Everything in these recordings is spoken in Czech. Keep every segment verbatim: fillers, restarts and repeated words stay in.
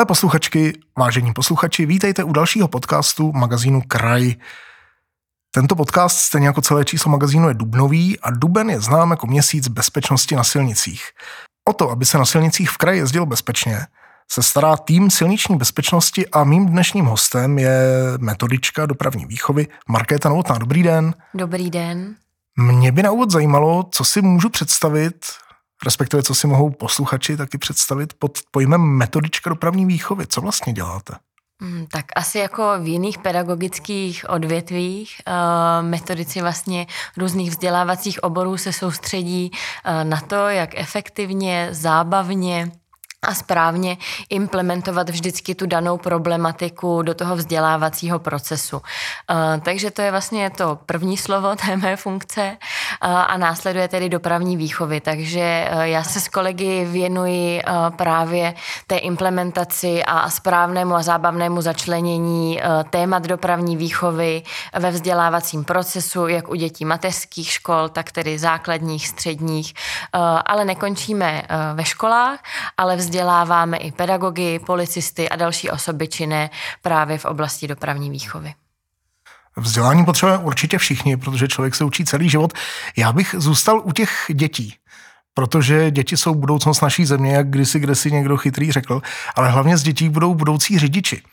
Milé posluchačky, vážení posluchači, vítejte u dalšího podcastu magazínu Kraj. Tento podcast, stejně jako celé číslo magazínu, je dubnový a duben je znám jako měsíc bezpečnosti na silnicích. O to, aby se na silnicích v kraji jezdilo bezpečně, se stará tým silniční bezpečnosti a mým dnešním hostem je metodička dopravní výchovy Markéta Novotná. Dobrý den. Dobrý den. Mě by na úvod zajímalo, co si můžu představit, respektive co si mohou posluchači taky představit pod pojmem metodička dopravní výchovy. Co vlastně děláte? Hmm, tak asi jako v jiných pedagogických odvětvích uh, metodici vlastně různých vzdělávacích oborů se soustředí uh, na to, jak efektivně, zábavně a správně implementovat vždycky tu danou problematiku do toho vzdělávacího procesu. Uh, takže to je vlastně to první slovo té mé funkce uh, a následuje tedy dopravní výchovy. Takže uh, já se s kolegy věnuji uh, právě té implementaci a správnému a zábavnému začlenění uh, témat dopravní výchovy ve vzdělávacím procesu, jak u dětí mateřských škol, tak tedy základních, středních, uh, ale nekončíme uh, ve školách, ale vzděláváme Vzděláváme i pedagogy, policisty a další osoby činné právě v oblasti dopravní výchovy. Vzdělání potřebujeme určitě všichni, protože člověk se učí celý život. Já bych zůstal u těch dětí, protože děti jsou budoucnost naší země, jak kdysi kdesi někdo chytrý řekl, ale hlavně z dětí budou budoucí řidiči.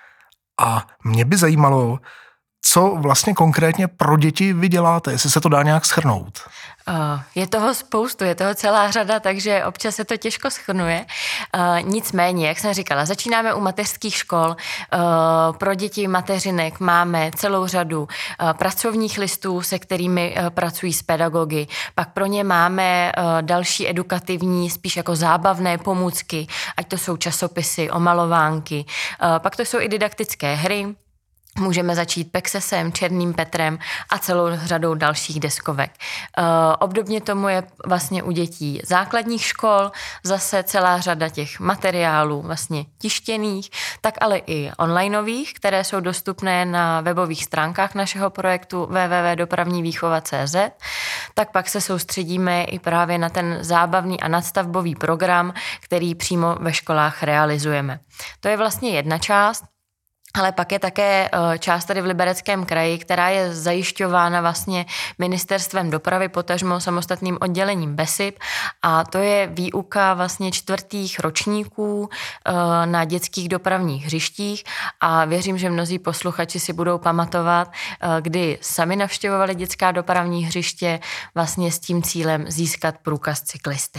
A mě by zajímalo, co vlastně konkrétně pro děti vy děláte, jestli se to dá nějak shrnout. Je toho spoustu, je toho celá řada, takže občas se to těžko shrnuje. Nicméně, jak jsem říkala, začínáme u mateřských škol. Pro děti mateřinek máme celou řadu pracovních listů, se kterými pracují s pedagogy. Pak pro ně máme další edukativní, spíš jako zábavné pomůcky, ať to jsou časopisy, omalovánky. Pak to jsou i didaktické hry. Můžeme začít Pexesem, Černým Petrem a celou řadou dalších deskovek. E, obdobně tomu je vlastně u dětí základních škol, zase celá řada těch materiálů vlastně tištěných, tak ale i onlineových, které jsou dostupné na webových stránkách našeho projektu w w w tečka dopravní výchova tečka c z. Tak pak se soustředíme i právě na ten zábavný a nadstavbový program, který přímo ve školách realizujeme. To je vlastně jedna část. Ale pak je také část tady v Libereckém kraji, která je zajišťována vlastně ministerstvem dopravy, potažmo samostatným oddělením BESIP, a to je výuka vlastně čtvrtých ročníků na dětských dopravních hřištích a věřím, že mnozí posluchači si budou pamatovat, kdy sami navštěvovali dětská dopravní hřiště vlastně s tím cílem získat průkaz cyklisty.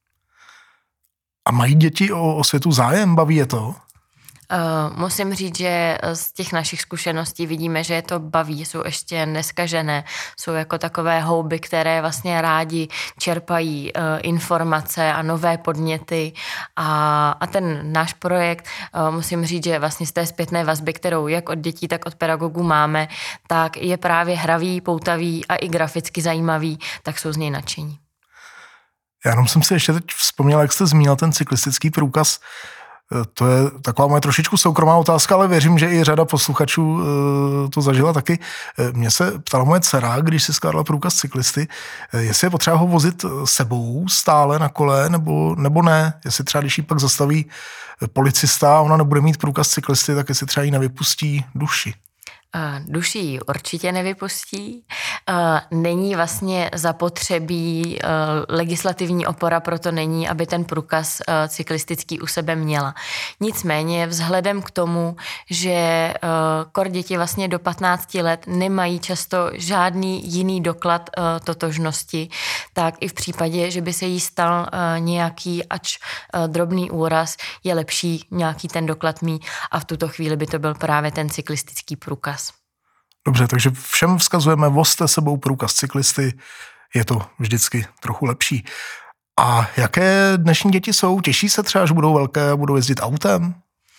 A mají děti o osvětu zájem? Baví je to? Uh, musím říct, že z těch našich zkušeností vidíme, že je to baví, jsou ještě neskažené, jsou jako takové houby, které vlastně rádi čerpají uh, informace a nové podněty a, a ten náš projekt, uh, musím říct, že vlastně z té zpětné vazby, kterou jak od dětí, tak od pedagogů máme, tak je právě hravý, poutavý a i graficky zajímavý, tak jsou z něj nadšení. Já jenom jsem si ještě teď vzpomněl, jak jste zmínil ten cyklistický průkaz. To je taková moje trošičku soukromá otázka, ale věřím, že i řada posluchačů to zažila taky. Mě se ptala moje dcera, když si skládala průkaz cyklisty, jestli je potřeba ho vozit sebou stále na kole, nebo, nebo ne. Jestli třeba, když jí pak zastaví policista a ona nebude mít průkaz cyklisty, tak jestli třeba jí nevypustí duši. Duši ji určitě nevypustí. Není vlastně zapotřebí, legislativní opora proto není, aby ten průkaz cyklistický u sebe měla. Nicméně vzhledem k tomu, že kor děti vlastně do patnácti let nemají často žádný jiný doklad totožnosti, tak i v případě, že by se jí stal nějaký ač drobný úraz, je lepší nějaký ten doklad mít a v tuto chvíli by to byl právě ten cyklistický průkaz. Dobře, takže všem vzkazujeme, vozte sebou průkaz cyklisty, je to vždycky trochu lepší. A jaké dnešní děti jsou? Těší se třeba, že budou velké a budou jezdit autem?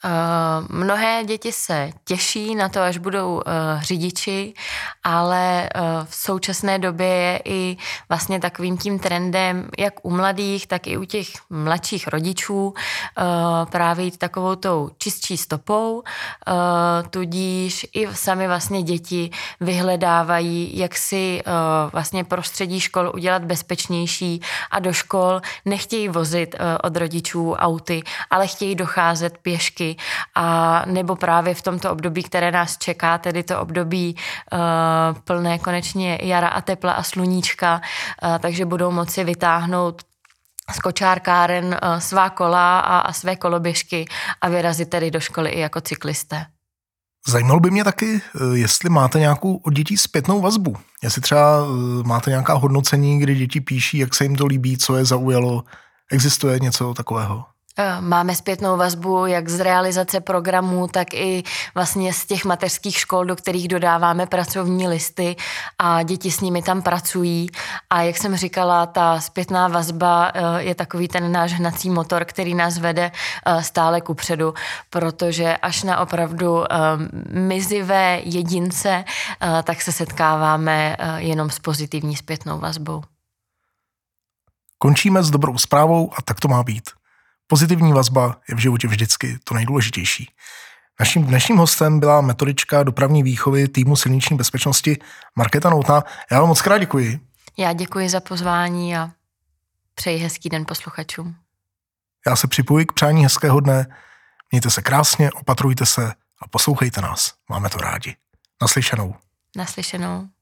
Uh, mnohé děti se těší na to, až budou uh, řidiči, ale uh, v současné době je i vlastně takovým tím trendem, jak u mladých, tak i u těch mladších rodičů uh, právě jít takovou tou čistší stopou, uh, tudíž i sami vlastně děti vyhledávají, jak si uh, vlastně prostředí škol udělat bezpečnější a do škol nechtějí vozit uh, od rodičů auty, ale chtějí docházet pěšky a nebo právě v tomto období, které nás čeká, tedy to období uh, plné konečně jara a tepla a sluníčka, uh, takže budou moci vytáhnout z kočárkáren uh, svá kola a, a své koloběžky a vyrazit tedy do školy i jako cyklisté. Zajímalo by mě taky, jestli máte nějakou od dětí zpětnou vazbu. Jestli třeba máte nějaká hodnocení, kdy děti píší, jak se jim to líbí, co je zaujalo. Existuje něco takového? Máme zpětnou vazbu jak z realizace programů, tak i vlastně z těch mateřských škol, do kterých dodáváme pracovní listy a děti s nimi tam pracují. A jak jsem říkala, ta zpětná vazba je takový ten náš hnací motor, který nás vede stále kupředu, protože až na opravdu mizivé jedince, tak se setkáváme jenom s pozitivní zpětnou vazbou. Končíme s dobrou zprávou a tak to má být. Pozitivní vazba je v životě vždycky to nejdůležitější. Naším dnešním hostem byla metodička dopravní výchovy týmu silniční bezpečnosti Markéta Novotná. Já vám moc krát děkuji. Já děkuji za pozvání a přeji hezký den posluchačům. Já se připojuji k přání hezkého dne. Mějte se krásně, opatrujte se a poslouchejte nás. Máme to rádi. Naslyšenou. Naslyšenou.